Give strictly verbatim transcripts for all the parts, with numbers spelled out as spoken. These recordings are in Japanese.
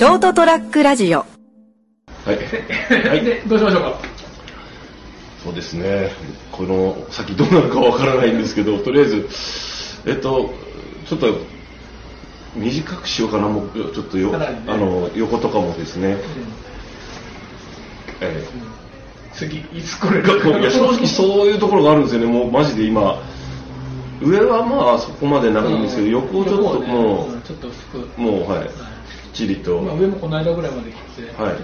ショートトラックラジオ。はい、 はい、でどうしましょうか。 そうですね、この先どうなるかわからないんですけど、とりあえずえっとちょっと短くしようかな。もうちょっとよ、ね、あの横とかもですね、うん、えーうん、 次いつ来れるか。 いや正直そういうところがあるんですよね。もうマジで今上はまあそこまで長いんですけど、うん、横をちょっともう、 ね、ちょっと薄くもうはい、はい、きっちりと、 まあ、上もこの間ぐらいまで来て、 はいはい、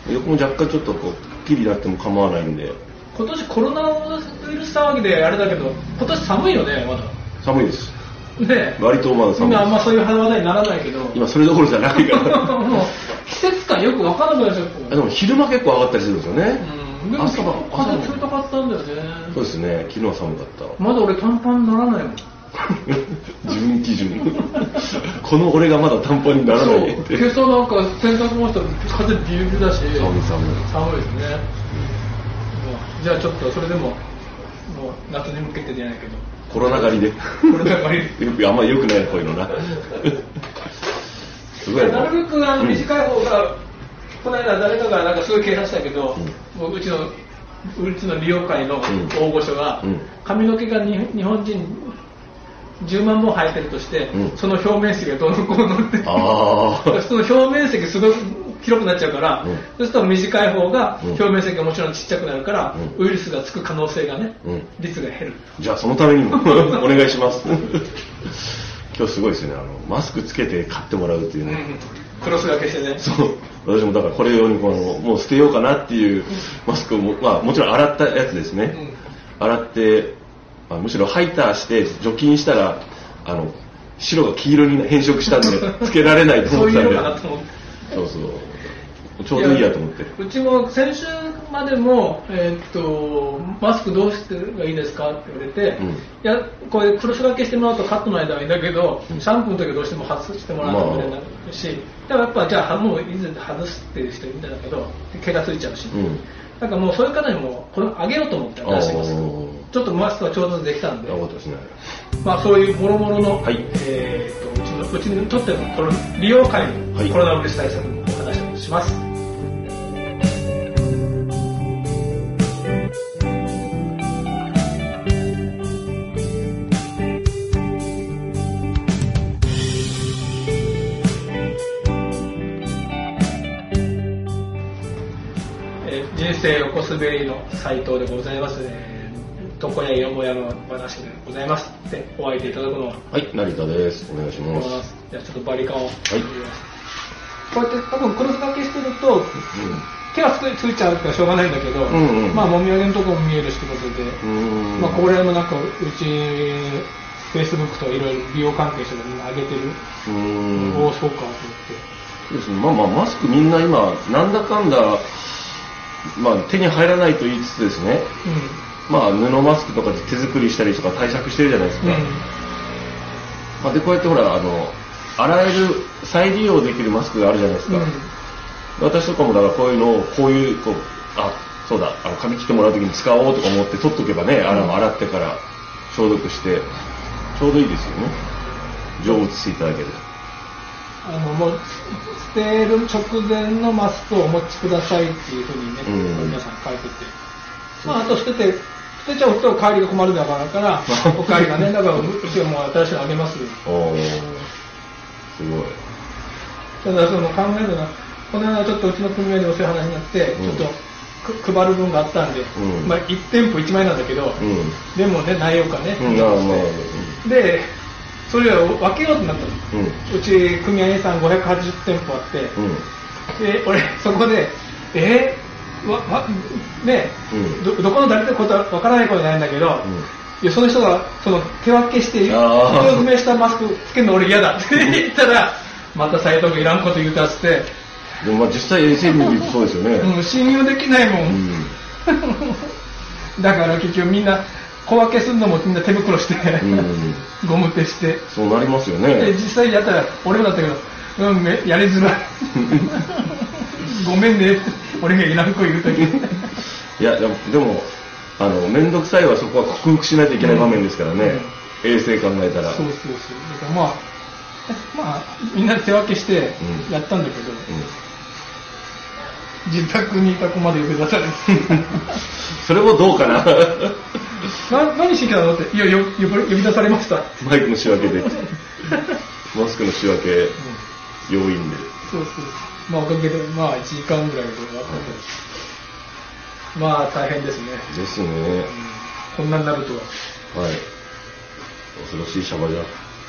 横も若干ちょっとこうくっきりなっても構わないんで。 今年コロナウイルス騒ぎであれだけど、今年寒いよね。まだ寒いですね。 割とまだ寒いです。 今あんまそういう話題にならないけど、 今それどころじゃないからもう季節感よく分からなくなっちゃう。 でも昼間結構上がったりするんですよね、 うん、でも朝晩風冷たかったんだよね。 そうですね、昨日は寒かった。まだ俺短パンにならないもん自分基準この俺がまだ短パンにならないって。 今朝なんか洗濯回したら風ビュービューだし、寒い寒い寒いですね、うん、じゃあちょっとそれでももう夏に向けてじゃないけどコロナ狩りでコロナ狩りあんまり良くないこういうのなすごいなるべくあの短い方が、うん、この間誰かがなんかすごい警察したけど、うん、もううちのうちの美容界の大御所が、うん、髪の毛がに日本人じゅうまんぼん生えてるとして、うん、その表面積がどうのこうのってあその表面積すごく広くなっちゃうから、うん、そうすると短い方が表面積がもちろんちっちゃくなるから、うん、ウイルスがつく可能性がね、うん、率が減る。 じゃあそのためにもお願いします今日すごいですね、あのマスクつけて買ってもらうっていうね、 うん、クロス掛けしてね。 そう私もだからこれ用にこのもう捨てようかなっていうマスクをも、まあ、もちろん洗ったやつですね、うん、洗ってまあ、むしろハイターして除菌したらあの白が黄色に変色したんでつけられないと思ってたんでそういうのかなと思ってそうそうちょうどいいやと思って。 うちも先週までも、えー、っとマスクどうしてがいいですかって言われて、うん、いやこれクロス掛けしてもらうとカットの間はいいんだけど、うん、シャンプーの時はどうしても外してもらうと無理になるし、だからやっぱじゃあもう以前外すっていう人いるみたいだけど毛がついちゃうし、うん、だからもうそういう方にもこれあげようと思って出してます。ちょっとマスクがちょうどできたんで、 ですね、 まあそういうもろもろの、 はい、 えー、とうちのうちにとってのこの利用会のコロナウイルス対策のお話をします。はい人生横滑りの斉藤でございます、えー、床やよもやの話でございますでお相手いただくのははい成田です。お願いします。 じゃあちょっとバリカンを、はい、こうやって多分クロス掛けしてると、うん、手がついついちゃうからしょうがないんだけど、うんうん、まあもみあげのところも見えるしってことで、うんまあこれもなんかうちフェイスブックとかいろいろ美容関係者がみんな上げてるうんおおそうかと思ってですね。まあまあマスクみんな今なんだかんだまあ、手に入らないと言いつつですね、うん、まあ布マスクとかで手作りしたりとか対策してるじゃないですか、うんまあ、でこうやってほらあの洗える再利用できるマスクがあるじゃないですか、うん、私とかもだからこういうのをこういうこうあそうだあの髪切ってもらう時に使おうとか思って取っとけばね、うん、あの洗ってから消毒してちょうどいいですよね。成仏していただける。 あのもう捨てる直前のマスクをお持ちくださいっていうふうにね、うん、皆さん書いてて、まあ、あと捨てて捨てちゃうと帰りが困るだからからお帰りがねだからうちはもう新しいのあげますよ。 おすごい。 ただその考えるのはこの間ちょっとうちの組合でもそういう話になって、うん、ちょっと配る分があったんで、うんまあ、いち店舗いちまいなんだけど、うん、でもね内容かね、うん、でそれを分けようとなったの、うん、うち組合員さんごひゃくはちじゅってんぽあって、うん、で俺そこでえー、わわね、うん、ど, どこの誰ってことは分からないことじゃないんだけど、うん、いやその人がその手分けして人詰めしたマスクつけるの俺嫌だって言ったらまた斉藤君いらんこと言うたっつってでもまあ実際衛生部見るとそうですよね、 うん、信用できないもん、うん、だから結局みんな小分けするのもみんな手袋して、うん、ゴム手してそうなりますよね。 で実際やったら俺もだったけど、うん、やりづらいごめんね俺がいらん子いるときいやでもでもあの面倒くさいはそこは克服しないといけない場面ですからね、うん、衛生考えたらそうそうそうだからまあまあみんな手分けしてやったんだけど、うんうん、自宅にいた子まで呼び出されてそれもどうかなな何してきたのって、いやよ呼び出されました。 マイクの仕分けでマスクの仕分け、うん、要因で、 そうそう、まあおかげでまあいちじかんぐらいで終わったんです、うん、まあ大変ですね。 ですね、うん、 こんなになるとは。 はい、恐ろしいシャバじゃ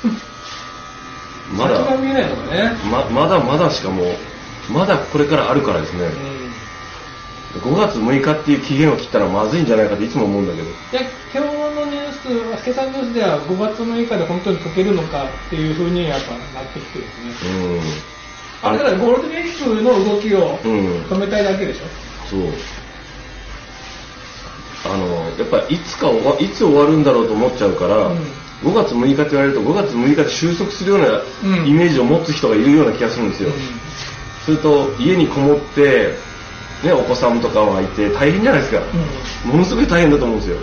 まだ先が見えないのかね、 ま、まだまだしかもまだこれからあるからですね、うん、ごがつむいかっていう期限を切ったらまずいんじゃないかっていつも思うんだけど、いや今日のニュース、助さんニュースではごがつむいかで本当に解けるのかっていうふうにやっぱなってきてですね、うん、あれだからゴールデンウィークの動きを止めたいだけでしょ、うん、 そうあのやっぱりいつか終わいつ終わるんだろうと思っちゃうから、うん、ごがつむいかって言われるとごがつむいかで収束するようなイメージを持つ人がいるような気がするんですよ、うん、それと家にこもって、ね、お子さんとかはいて大変じゃないですか、うん、ものすごい大変だと思うんですよ。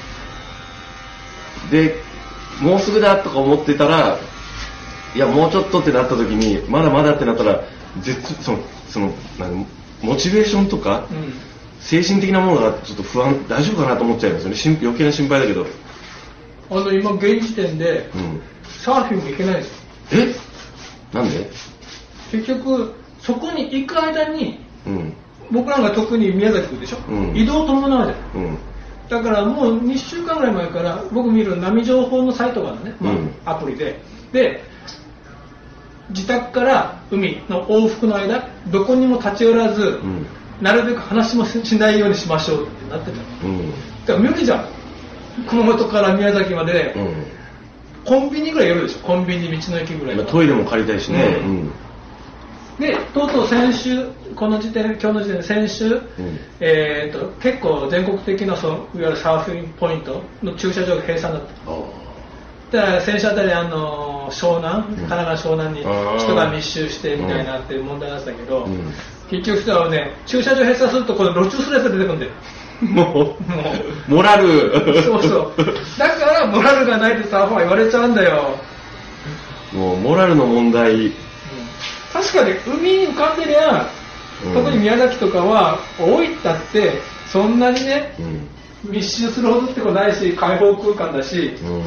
でもうすぐだとか思ってたら、いやもうちょっとってなった時にまだまだってなったら絶そのその何モチベーションとか、うん、精神的なものがちょっと不安、大丈夫かなと思っちゃいますよね。余計な心配だけど、 あの今現時点で、うん、サーフィンも行けないですよ。 えなんで？ 結局そこに行く間に、うん、僕らが特に宮崎でしょ、うん、移動を伴うじゃん、うん、だからもうにしゅうかんぐらい前から僕見る波情報のサイトがあるね、まあうん、アプリでで自宅から海の往復の間どこにも立ち寄らず、うん、なるべく話もしないようにしましょうってなってた、うん、だから無理じゃん。熊本から宮崎まで、うん、コンビニぐらい寄るでしょ。コンビニ道の駅ぐらい、 トイレも借りたいしね、うん、 でとうとう先週この時点今日の時点で先週、うんえー、と結構全国的なそのいわゆるサーフィンポイントの駐車場が閉鎖になった。だから先週あたりあの湘南、神奈川湘南に人が密集してみたいなって問題になってたけど、うん、結局さね駐車場閉鎖するとこの路駐するやつが出てくるんだよ。 もう、もうモラルそうそうだからモラルがないってサーファーは言われちゃうんだよ。 もうモラルの問題、うん、 確かに海に浮かんでりゃ、うん、特に宮崎とかは大分ってそんなにね、うん、密集するほどってことないし開放空間だし、うん、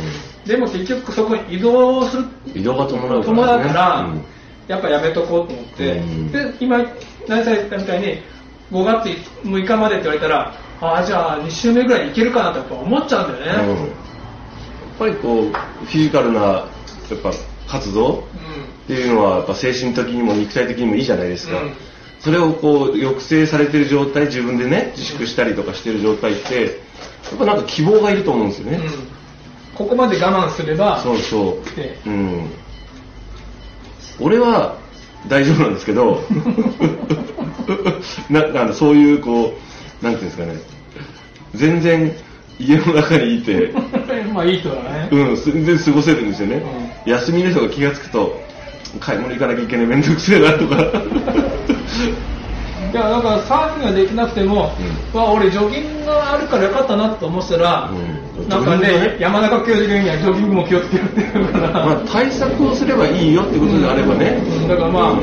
でも結局そこに移動する移動が伴うから、ね、 伴うから、うん、やっぱやめとこうと思って、うん、で今何歳言ったみたいにごがつむいかまでって言われたらああじゃあに週目ぐらいいけるかなとやっぱ思っちゃうんだよね、うん、やっぱりこうフィジカルなやっぱ活動っていうのはやっぱ精神的にも肉体的にもいいじゃないですか、うん、それをこう抑制されてる状態自分でね自粛したりとかしてる状態ってやっぱなんか希望がいると思うんですよね、うん、 ここまで我慢すればそうそう、うん、俺は大丈夫なんですけどななんかそういうこうなんていうんですかね全然家の中にいてまあいい人だねうん全然過ごせるんですよね、うん、休みの人が気がつくと買い物行かなきゃいけないめんどくせえなとかいやだからサーフィンができなくても、うん、俺ジョギングがあるからよかったなと思ってたら、うん、なんかね、ね山中教授にはジョギングも気をつけるっていうから、 まあ、対策をすればいいよってことであればね、 うん、だからまあ、うん、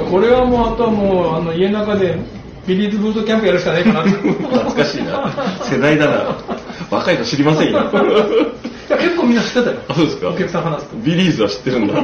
これはもうあとはもうあの家の中でビリーズブートキャンプやるしかないかな懐かしいな世代だな若い人知りませんよいや結構みんな知ってたよ。 あそうですか。 お客さん話すとビリーズは知ってるんだ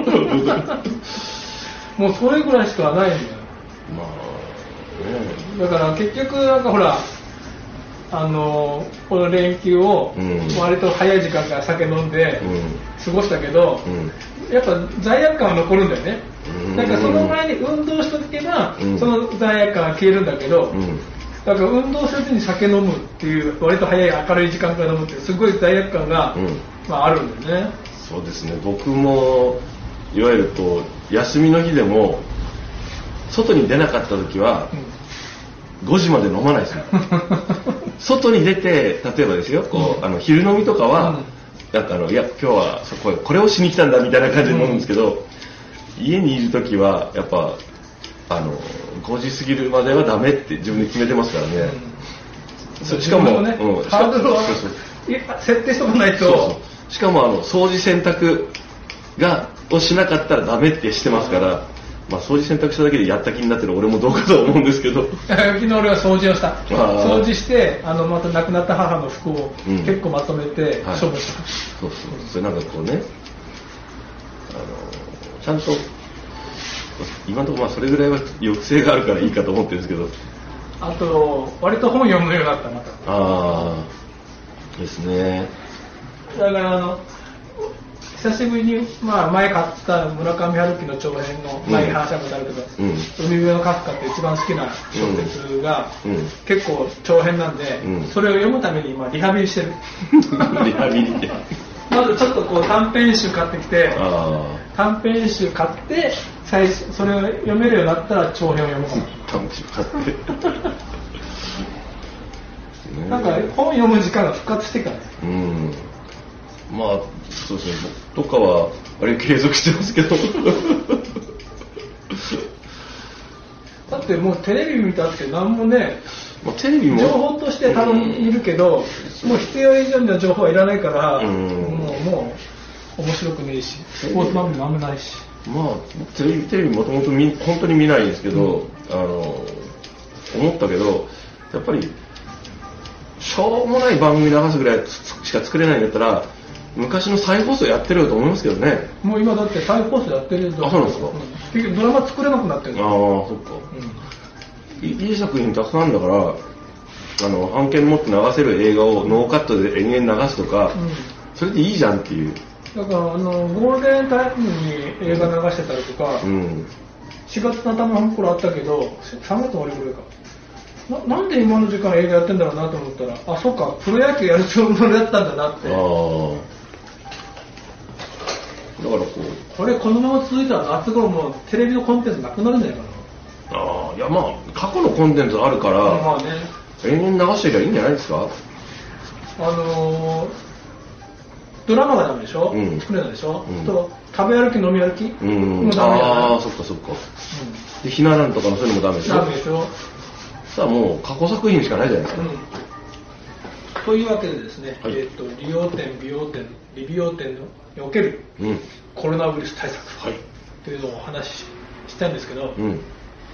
もうそれぐらいしかないんだよ。まあ、ね、だから結局なんかほらあのこの連休を割と早い時間から酒飲んで過ごしたけど、うん、やっぱ罪悪感は残るんだよね。だからその前に運動しとけば、うん、その罪悪感が消えるんだけど、うん、だから運動せずに酒飲むっていう割と早い明るい時間から飲むっていうすごい罪悪感が、うんまあ、あるんだよね。 そうですね。僕もいわゆるこう休みの日でも外に出なかった時は、うん、ごじまで飲まないですよ外に出て例えばですよこう、うん、あの昼飲みとかは、うん、なんかあのいや今日はそここれをしに来たんだみたいな感じで飲むんですけど、うん、家にいる時はやっぱあのごじ過ぎるまではダメって自分で決めてますからね、うん、しかも、ねうん、 ハードルを設定しておかないと。そうそうしかもあの掃除洗濯がをしなかったらダメってしてますから、まあ、掃除洗濯しただけでやった気になってる俺もどうかとは思うんですけど昨日俺は掃除をした掃除してあのまた亡くなった母の服を結構まとめて処分した、 うん、はい、そうそうそれなんかこうね、あのちゃんと今のところまあそれぐらいは抑制があるからいいかと思ってるんですけど、 あと割と本読むようになったまた。 ああですね。 だからあの久しぶりに、まあ、前買った村上春樹の長編の前に話したことあるけど、うん、海辺のカフカって一番好きな小説が、うん、結構長編なんで、うん、それを読むために今リハビリしてるリハビリってまずちょっとこう短編集買ってきて短編集買って最初それを読めるようになったら長編を読もうかな短編集買ってなんか本読む時間が復活してからね、 うん、まあそうですね、僕とかはあれ継続してますけどだってもうテレビ見たって何もね、 まあ、テレビも情報として多分見るけど、うん、もう必要以上の情報はいらないから、うん、もうもう面白くねえしスポーツ番組もあんまないし、 まあテレビテレビもともと本当に見ないんですけど、うん、あの思ったけどやっぱりしょうもない番組流すぐらいしか作れないんだったら昔の再放送やってるよと思いますけどね。 もう今だって再放送やってると。あ、そうなんですか、うん、 結局ドラマ作れなくなってるんだ。 ああ、そっか、うん、いい作品たくさんあるんだからあの版権持って流せる映画をノーカットで延々流すとか、うん、それでいいじゃんっていう。 だからあのゴールデンタイムに映画流してたりとか、うん、しがつの頭の頃あったけどさんがつ終わりぐらいかな, なんで今の時間映画やってんだろうなと思ったら、あ、そうか、プロ野球やるつもりだったんだなって。あだからこうこれこのまま続いたら夏頃もうテレビのコンテンツなくなるんじゃないかな。ああ、いやまあ過去のコンテンツあるから、まあね、延々流してりゃいいんじゃないですか。 あのー、ドラマがダメでしょ、うん、作れないでしょ、うん、と食べ歩き飲み歩き、うん、もうダメじゃない。 ああ、そっかそっか、うん、でひな壇とかのそういうのもダメでしょ。 ダメでしょ。 さあもう過去作品しかないじゃないですか、うん、 というわけでですね、はい、えー、と理容店、美容店、理美容店におけるコロナウイルス対策というのをお話ししたいんですけど、うん、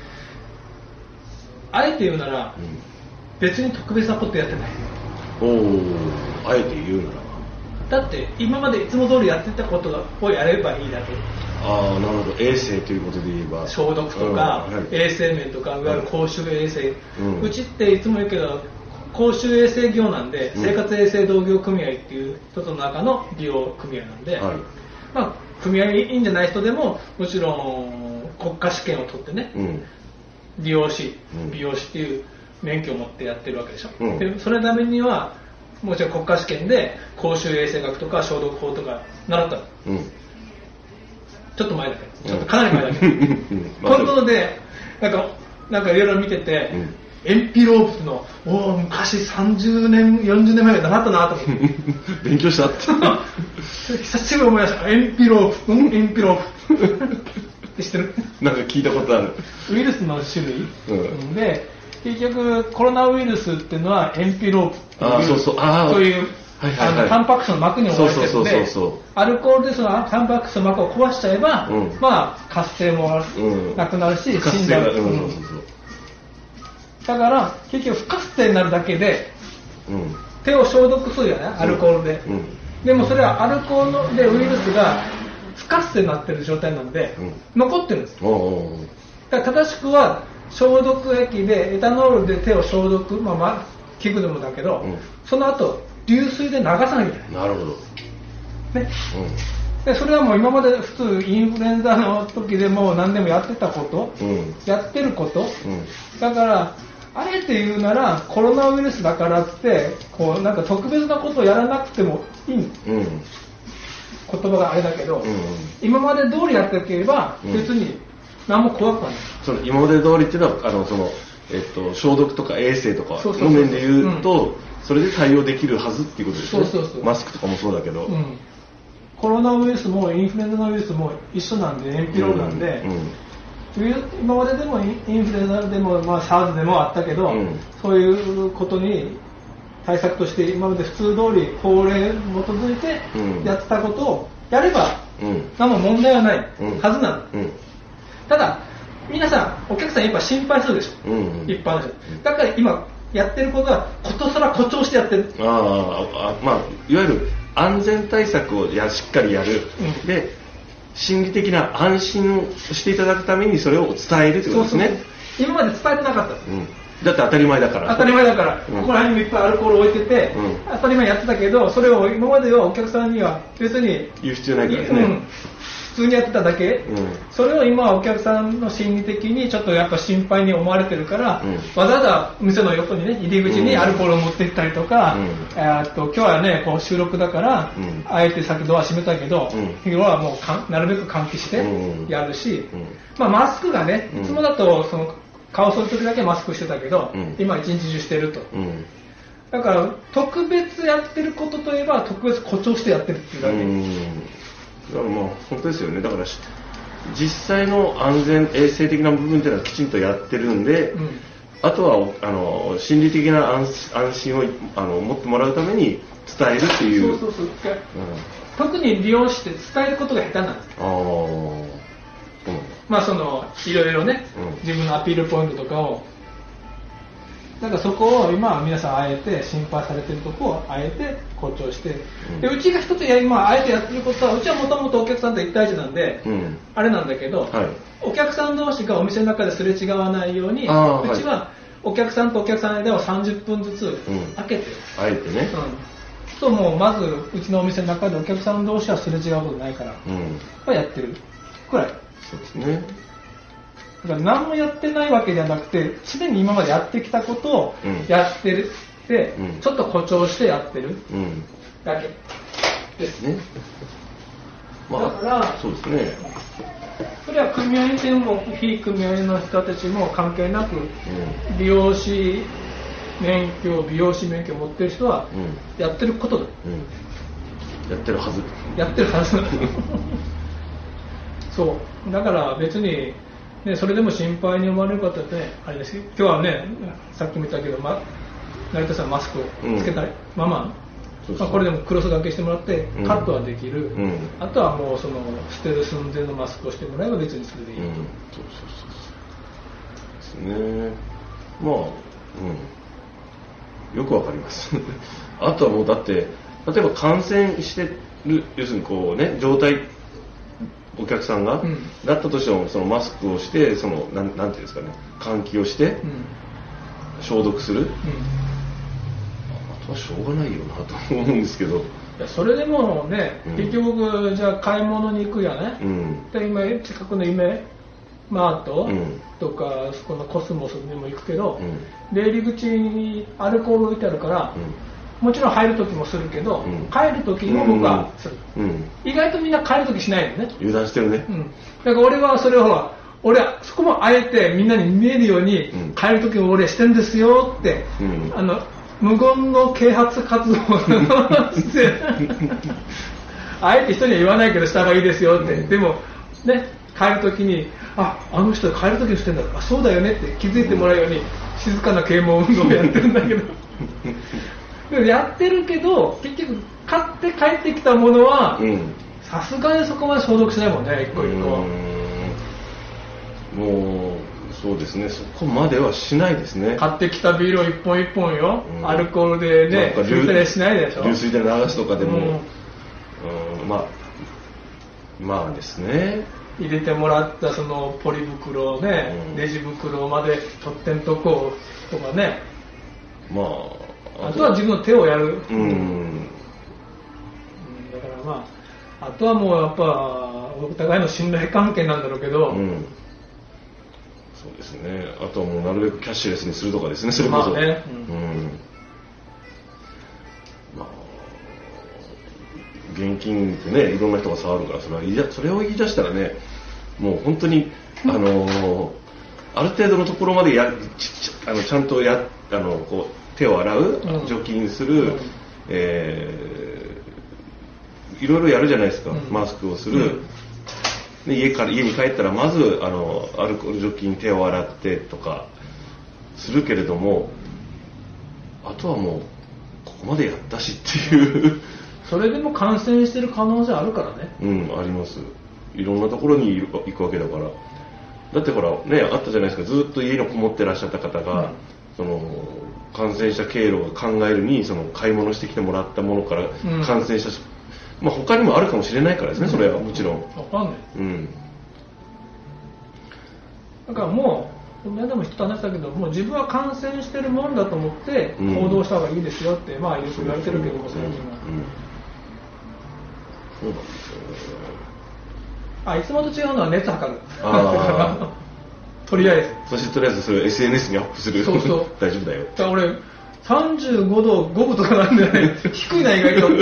あえて言うなら、うん、別に特別なことやってない。 おお、あえて言うならだって今までいつも通りやってたことをやればいいだけ。 ああ、なるほど。衛生ということで言えば消毒とか、うん、はい、衛生面とかいわゆる公衆衛生、うん、うちっていつも言うけど公衆衛生業なんで、うん、生活衛生同業組合っていう一つの中の利用組合なんで、はい、まあ、組合員じゃない人でももちろん国家試験を取ってね、うん、利用師、美容師っていう免許を持ってやってるわけでしょ、うん、でそれのためにはもちろん国家試験で公衆衛生学とか消毒法とか習ったの、うん、ちょっと前だけど、ちょっとかなり前だけど、うん、こういうことでなんかなんかいろいろ見てて、うん、エンピロープのお昔さんじゅうねんよんじゅうねんまえに習ったなと思って勉強したって久しぶりに思い出した。エンピロープ、うん、エンピロープって知ってる？ なんか聞いたことある。 ウイルスの種類、うん、で結局コロナウイルスっていうのはエンピロープという、あ、そうそう、あ、というはいはいはい、あのタンパク質の膜に覆われてるので、アルコールでそのタンパク質の膜を壊しちゃえば、うん、まあ活性もなくなるし、うん、死んじゃう。だから結局不活性になるだけで、うん、手を消毒するじゃない、アルコールで、うんうん、でもそれはアルコールでウイルスが不活性になってる状態なので、うん、残ってるんです。おうおう、だから正しくは消毒液でエタノールで手を消毒、まあまあ器具でもだけど、うん、その後流水で流さなきゃいけない。 なるほど。ね。 うん、でそれはもう今まで普通インフルエンザの時でも何でもやってたこと、うん、やってること、うん、だからあえて言うならコロナウイルスだからってこうなんか特別なことをやらなくてもいい、うん、言葉があれだけど、うん、今まで通りやっていけば別に何も怖くはない。 その今まで通りっていうのはあのその、えっと、消毒とか衛生とかの面で言うとそれで対応できるはずっていうことですね。そうそうそう、マスクとかもそうだけど、うん、 コロナウイルスもインフルエンザのウイルスも一緒なんでエンピロールなんで、うんうん、今まででもインフルエンザでも、まあ、SARS でもあったけど、うん、そういうことに対策として今まで普通通り法令に基づいてやってたことをやればうん、何も問題はないはずなの、うん、ただ皆さんお客さんやっぱ心配するでしょ、うんうん、一般の人だから今やってることはことさら誇張してやってる。 ああ、まあいわゆる安全対策をやしっかりやる、うん、で心理的な安心をしていただくためにそれを伝えるということですね。そうそうそう今まで伝えてなかった、うん、 だって当たり前だから当たり前だから、うん、ここら辺にもいっぱいアルコール置いてて、うん、当たり前やってたけどそれを今まではお客さんには別に言う必要ないからですね、うん普通にやってただけ、うん、それを今はお客さんの心理的にちょっとやっぱ心配に思われてるから、うん、わざわざ店の横にね入り口にアルコールを持って行ったりとか、うん、えー、っと今日はねこう収録だから、うん、あえて先ドア閉めたけど、うん、今日はもうかなるべく換気してやるし、うん、まあ、マスクがねいつもだとその顔する時だけマスクしてたけど、うん、今一日中してると、うん、だから特別やってることといえば特別誇張してやってるっていうだけ、うんだからまあ本当ですよね。だから実際の安全衛生的な部分っていうのはきちんとやってるんで、うん、あとはあの心理的な 安, 安心をあの持ってもらうために伝えるっていう。 そうそうそう、うん、特に利用して伝えることが下手なんです。ああ、うん、まあそのいろいろね、うん、自分のアピールポイントとかをだからそこを今は皆さんあえて心配されてるとこをあえて誇張して、うん、でうちが一つや今あえてやってることはうちはもともとお客さんと一対一なんで、うん、あれなんだけど、はい、お客さん同士がお店の中ですれ違わないようにうちはお客さんとお客さんの間をさんじゅっぷんずつ開けて、 うん、あえてね、 うん、ともうまずうちのお店の中でお客さん同士はすれ違うことないから、うん、やってるくらい。 そうですね。 だから何もやってないわけじゃなくてすでに今までやってきたことをやってるって、うん、ちょっと誇張してやってるだけですね、まあ、だからそうですねそれは組合員も非組合員の人たちも関係なく、うん、美容師免許美容師免許を持ってる人はやってることだ、 うん、やってるはずやってるはずそうだから別にね、それでも心配に思われる方ってね、あれですけど、今日はね、さっきも言ったけど、ま、成田さんマスクをつけたい、うん、まま、そうそうまあ、これでもクロス掛けしてもらって、うん、カットはできる、うん、あとはもうその捨てる寸前のマスクをしてもらえば別にそれでいいと、うん、そうそうそうですね。まあ、うん、よくわかります。あとはもうだって、例えば感染してる、要するにこうね、状態、お客さんが、うん、だったとしてもそのマスクをしてそのなんなんていうんですかね換気をして、うん、消毒する、うん、あとはしょうがないよなと思うんですけどいやそれでもね、うん、結局じゃあ買い物に行くやね、うん、で今近くの夢マートとか、うん、そこのコスモスにも行くけど、うん、出入り口にアルコール置いてあるから、うんもちろん入るときもするけど、うん、帰るときも僕はする、うん、意外とみんな帰るときしないよね油断してるね、 うん、だから俺はそれを俺はそこもあえてみんなに見えるように、うん、帰るときも俺してんですよって、うん、あの無言の啓発活動をしてあえて人には言わないけどした方がいいですよって、うん、でもね帰るときにああの人帰るときにしてんだあそうだよねって気づいてもらうように静かな啓蒙運動をやってるんだけどやってるけど結局買って帰ってきたものはさすがにそこまで消毒しないもんね一個一個もうそうですねそこまではしないですね買ってきたビールを一本一本よ、うん、アルコールでね拭いたりしないでしょ流水で流すとかでも、うん、うんまあまあですね入れてもらったそのポリ袋をね、うん、レジ袋まで取ってんとことかねまああとは自分の手をやる、うん、だからまああとはもうやっぱお互いの信頼関係なんだろうけど、うん、 そうですねあとはもうなるべくキャッシュレスにするとかですねそれこそ、まあねうんうんまあ、現金ってねいろんな人が触るからそれは言いだそれを言い出したらねもう本当にあのー、ある程度のところまでや ち, あのちゃんとやあのこう手を洗う、除菌する、うんえー、いろいろやるじゃないですか、うん、マスクをする、うん、で 家, から家に帰ったらまずあのアルコール除菌手を洗ってとかするけれどもあとはもうここまでやったしっていうそそれでも感染してる可能性あるからね。 うん、あります。いろんなところに行くわけだから。だってほらね、あったじゃないですか、ずっと家にこもってらっしゃった方が、うん、その感染した経路を考えるにその買い物してきてもらったものから感染したし、うん、まあ他にもあるかもしれないからですね、それはもちろん。 わかんない。 うん。 だからもう、みんなでも人と話したけど、もう自分は感染してるもんだと思って行動した方がいいですよって、うん、まあよく言われてるけど、その人は。 そうなんですよね。 あ、いつもと違うのは熱測る。あとりあえず。 そしてとりあえずそれを エスエヌエス にアップする。 そうそう。 大丈夫だよ。 だから俺、さんじゅうごどごぶとかなんでね、低いな意外と。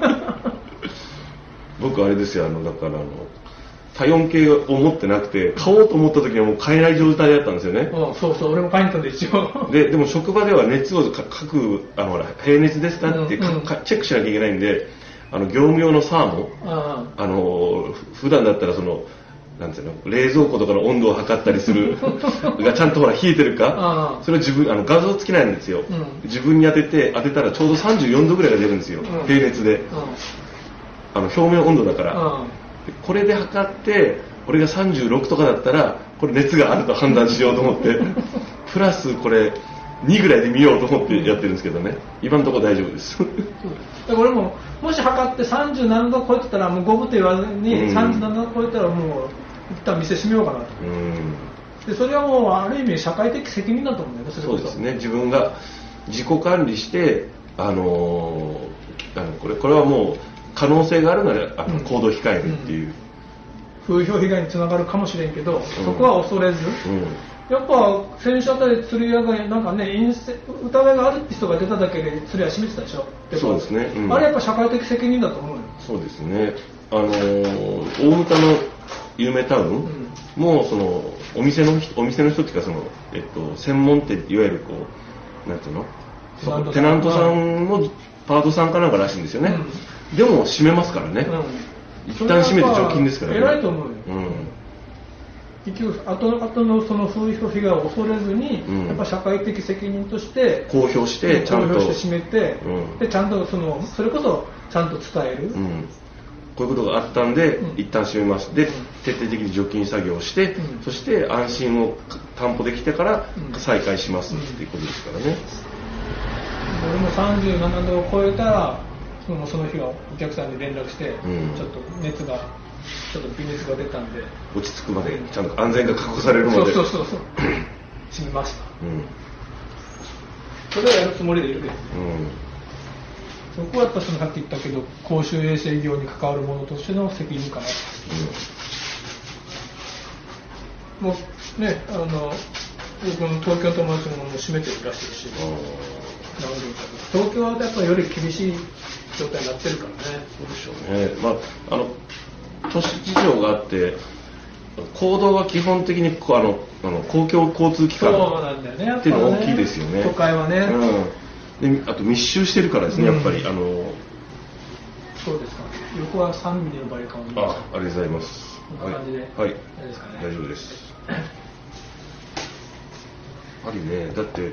僕あれですよ、あの、だからあの、体温計を持ってなくて、買おうと思った時にはもう買えない状態だったんですよね。 うん、そうそう、俺も買いに行ったんで一応。 で、でも職場では熱を各、あの、ほら、平熱ですかって、うんうん、チェックしなきゃいけないんで、あの業務用のサーモ、あ, あの普段だったらそのなんていうの冷蔵庫とかの温度を測ったりするがちゃんとほら冷えてるか、それを自分あの画像付きなんですよ、うん、自分に当てて当てたらちょうどさんじゅうよんどぐらいが出るんですよ、うん、平熱で、うん、あの表面温度だから、うん、これで測って俺がさんじゅうろくとかだったらこれ熱があると判断しようと思ってプラスこれにぐらいで見ようと思ってやってるんですけどね、今のところ大丈夫です。だから俺ももし測ってさんじゅうななど超えてたらもうごぶと言わずに、うん、さんじゅうななど超えたらもう一旦店閉めようかなと、うん、でそれはもうある意味社会的責任だと思うんだよね。 そうですね、自分が自己管理してあのー、あのこれこれはもう可能性があるならあの行動を控えるっていう、 うんうん、風評被害につながるかもしれんけど、うん、そこは恐れず、うんやっぱ先週あたり釣り屋がなんかね陰性疑いがあるって人が出ただけで釣り屋閉めてたでしょ。 そうですね、 うん、あれやっぱ社会的責任だと思うよ。 そうですね、あのー、大牟田の有名タウン、うん、もうそのお店の人お店の人っていうかその、えっと、専門店いわゆるこうなんていうのテナントさんのパートさんかなんからしいんですよね、うん、でも閉めますからね、うん、一旦閉めて除菌ですからね。 偉いと思うよ、うん結局後々のその風評被害を恐れずに、うん、やっぱ社会的責任として公表してちゃんと公表して締めて、うん、でちゃんとそのそれこそちゃんと伝える、うん、 こういうことがあったんで、うん、一旦閉めますで、うん、徹底的に除菌作業をして、うん、そして安心を担保できてから再開しますっていうことですからね、 うん、俺もさんじゅうななどを超えたらそのその日はお客さんに連絡して、うん、ちょっと熱がちょっと微熱が出たんで落ち着くまでちゃんと安全が確保されるまで、 そうそうそうそう閉めました、うん、それはやるつもりでいるけど、うん、そこはやっぱそのさっき言ったけど公衆衛生業に関わるものとしての責任かな、うん、もうねあの僕の東京の友達ももう閉めてるらしいし、東京はやっぱりより厳しい状態になってるからね。 そうでしょうね。まああの都市事情があって行動は基本的にあのあの公共交通機関っていうのが大きいですよね。 都会はね、 うん、であと密集してるからですね、うん、やっぱりあのそうですか。横はさんミリのバリカンを。 あ、ありがとうございます。 こんな感じで、 はい、はい、 大丈夫ですかね。 大丈夫です。やっぱりね、だって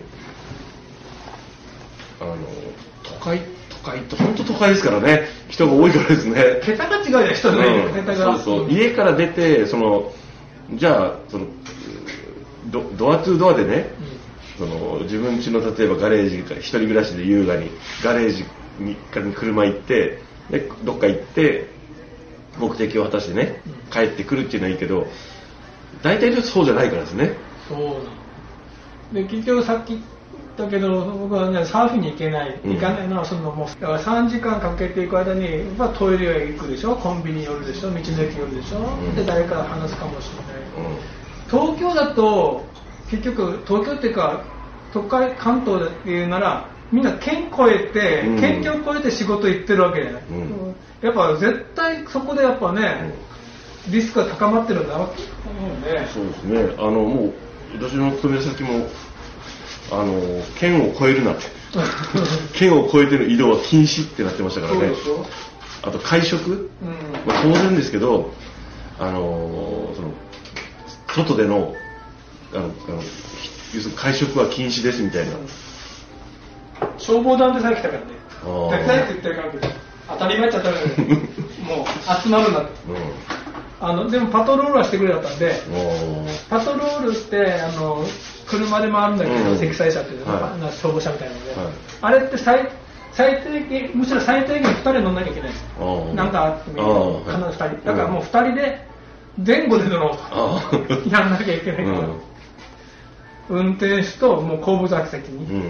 あの都会都会って本当都会ですからね、人が多いからですね。 桁が違うじゃん、人の、うん、桁が。 そうそう、家から出てそのじゃあその ド, ドアトゥドアでね、うん、その自分家の例えばガレージから一人暮らしで優雅にガレージに車行ってでどっか行って目的を果たしてね、うん、帰ってくるっていうのはいいけど、大体そうじゃないからですね。 そうなの。で結局さっきだけど僕はねサーフィンに行けない、行かないのはそのもうだからさんじかんかけていく間に、まあ、トイレへ行くでしょ、コンビニ寄るでしょ、道の駅寄るでしょ、うん、で誰か話すかもしれない、うん、東京だと結局東京っていうか都会関東でいうならみんな県越えて、うん、県境越えて仕事行ってるわけじゃない、うん、やっぱ絶対そこでやっぱね、うん、リスクが高まってるんだなと思うんで。 そうですね、あのもう私の勤め先もあの県を越えるなって県を越えての移動は禁止ってなってましたからね。あと会食、うん、まあ、当然ですけど、あのその外でのあのあの要するに会食は禁止ですみたいな、うん、 消防団でさえ来たからね、絶対って言ってるからけど当たり前っちゃ当たり前でもう集まるなって、うん、あのでもパトロールはしてくれだったんで、パトロールってあの車で回るんだけど、うん、積載車っていうの、はい、消防車みたいなので、はい、あれって最最低限むしろ最低限ふたり乗んなきゃいけないんですよ。なんかあっても必ずふたりだからもうふたりで前後で乗ろうとやんなきゃいけないから、うん、運転手ともう後部座席に、うん、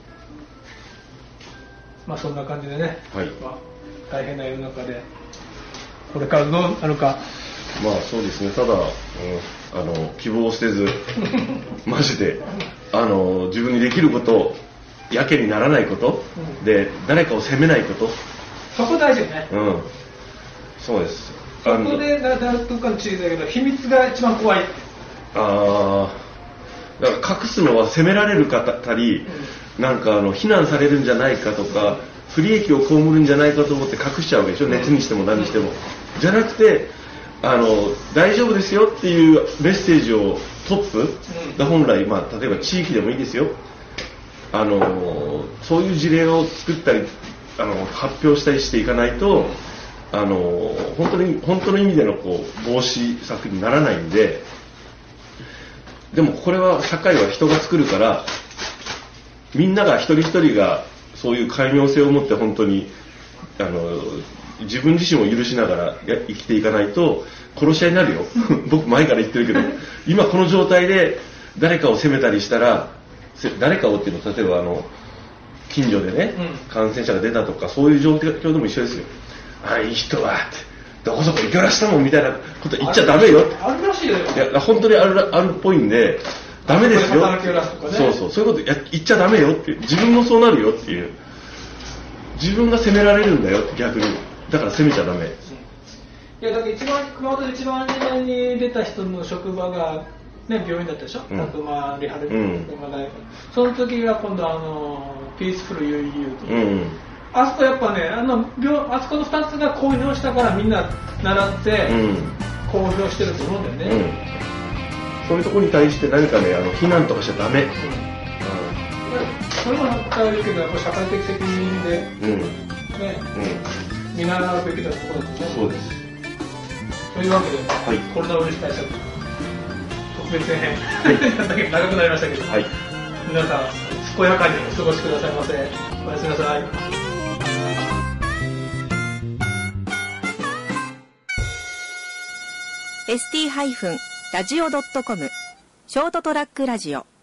まあそんな感じでね、はい、まあ、大変な世の中でこれからどうなるか。 まあそうですね、ただ、うん、あの希望を捨てずマジであの自分にできることをやけにならないこと、うん、で誰かを責めないこと、 そこ大事よね。 うん、そうです。 そこでななんとかの地位だけど秘密が一番怖い。 ああ、だから隠すのは責められるかたり、うん、なんかあの非難されるんじゃないかとか、不利益を被るんじゃないかと思って隠しちゃうわけでしょ、うん、熱にしても何にしても、うん、じゃなくてあの大丈夫ですよっていうメッセージをトップが本来、まあ、例えば地域でもいいですよ、あのそういう事例を作ったりあの発表したりしていかないと、あの本当に本当の意味でのこう防止策にならないんで、でもこれは社会は人が作るから、みんなが一人一人がそういう寛容性を持って本当にあの自分自身を許しながら生きていかないと殺し合いになるよ僕前から言ってるけど、今この状態で誰かを責めたりしたら、誰かをっていうのは例えばあの近所でね、うん、感染者が出たとかそういう状況でも一緒ですよ。ああいい人はってどこそこ行からしたもんみたいなこと言っちゃダメよって。 あるらしいよ。 いや本当にあるあるっぽいんでダメですよ。そうそう、そういうことや言っちゃダメよっていう、自分もそうなるよっていう、自分が責められるんだよって逆に、だから責めちゃダメ。 いやだから一番熊本で一番時代に出た人の職場がね病院だったでしょ。うん、あとまあリハビリとか大学、その時は今度あのピースフル ユーイーユー とか。うん、あそこやっぱね、あの病あそこのふたつが公表したからみんな習って公表してると思うんだよね、うん、 そういうところに対して何かね、あの非難とかしちゃダメ、うんうん、 それも伝えるけどやっぱ社会的責任で、うんねうん、見習うべきだところですね。 そうです。 というわけで、はい、コロナウイルス対策特別編、はい、長くなりましたけど、はい、皆さん健やかにお過ごしくださいませ。おやすみなさい。 エスティー ラジオ ドットコム ショートトラックラジオ